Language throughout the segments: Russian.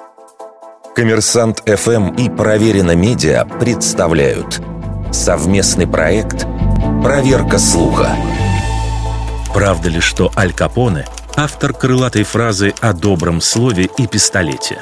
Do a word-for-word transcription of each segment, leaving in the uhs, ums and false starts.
Коммерсант эф эм и Проверено Медиа представляют совместный проект «Проверка слуха». Правда ли, что Аль Капоне – автор крылатой фразы о добром слове и пистолете?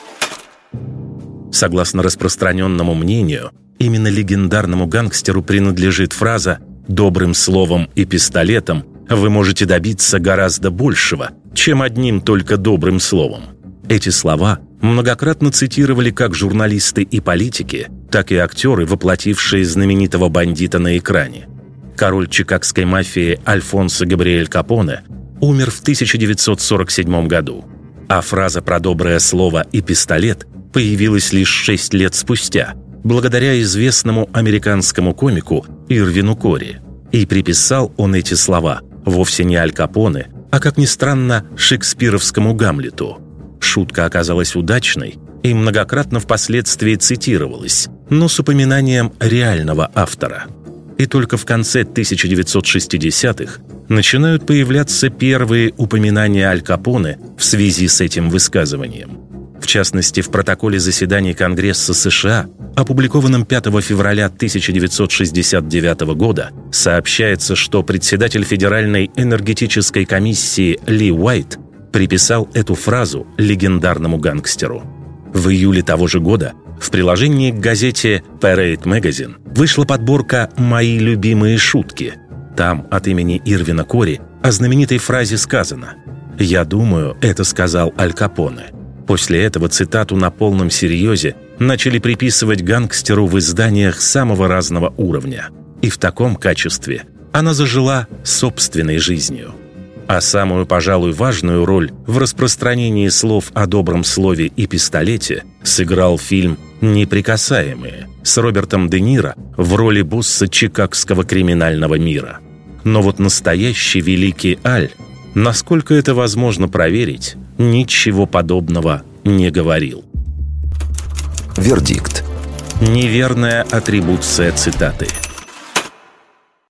Согласно распространенному мнению, именно легендарному гангстеру принадлежит фраза «добрым словом и пистолетом вы можете добиться гораздо большего, чем одним только добрым словом». Эти слова многократно цитировали как журналисты и политики, так и актеры, воплотившие знаменитого бандита на экране. Король чикагской мафии Альфонсо Габриэль Капоне умер в тысяча девятьсот сорок седьмом году, а фраза про доброе слово и пистолет появилась лишь шесть лет спустя, благодаря известному американскому комику Ирвину Кори. И приписал он эти слова вовсе не Аль Капоне, а, как ни странно, шекспировскому Гамлету. Шутка оказалась удачной и многократно впоследствии цитировалась, но с упоминанием реального автора. И только в конце тысяча девятьсот шестидесятых начинают появляться первые упоминания Аль Капоне в связи с этим высказыванием. В частности, в протоколе заседаний Конгресса США, опубликованном пятого февраля тысяча девятьсот шестьдесят девятого года, сообщается, что председатель Федеральной энергетической комиссии Ли Уайт приписал эту фразу легендарному гангстеру. В июле того же года в приложении к газете Parade Magazine вышла подборка «Мои любимые шутки». Там от имени Ирвина Кори о знаменитой фразе сказано: «Я думаю, это сказал Аль Капоне». После этого цитату на полном серьезе начали приписывать гангстеру в изданиях самого разного уровня. И в таком качестве она зажила собственной жизнью. А самую, пожалуй, важную роль в распространении слов о добром слове и пистолете сыграл фильм «Неприкасаемые» с Робертом Де Ниро в роли босса чикагского криминального мира. Но вот настоящий великий Аль, насколько это возможно проверить, ничего подобного не говорил. Вердикт. Неверная атрибуция цитаты.